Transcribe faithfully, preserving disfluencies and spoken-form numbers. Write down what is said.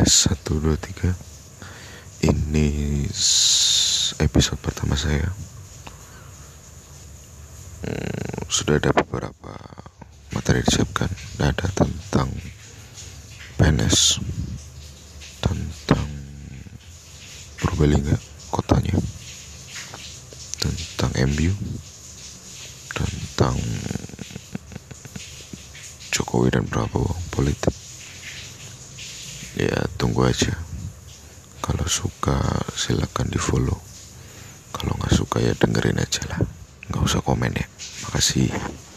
Tes satu dua tiga. Ini episode pertama saya. hmm, Sudah ada beberapa materi disiapkan. Ada tentang P N S, tentang Purbalingga kotanya, tentang M U, tentang Jokowi dan Prabowo politik. Ya tunggu aja. Kalau suka silakan di follow. Kalau nggak suka ya dengerin aja lah. Nggak usah komen ya. Makasih.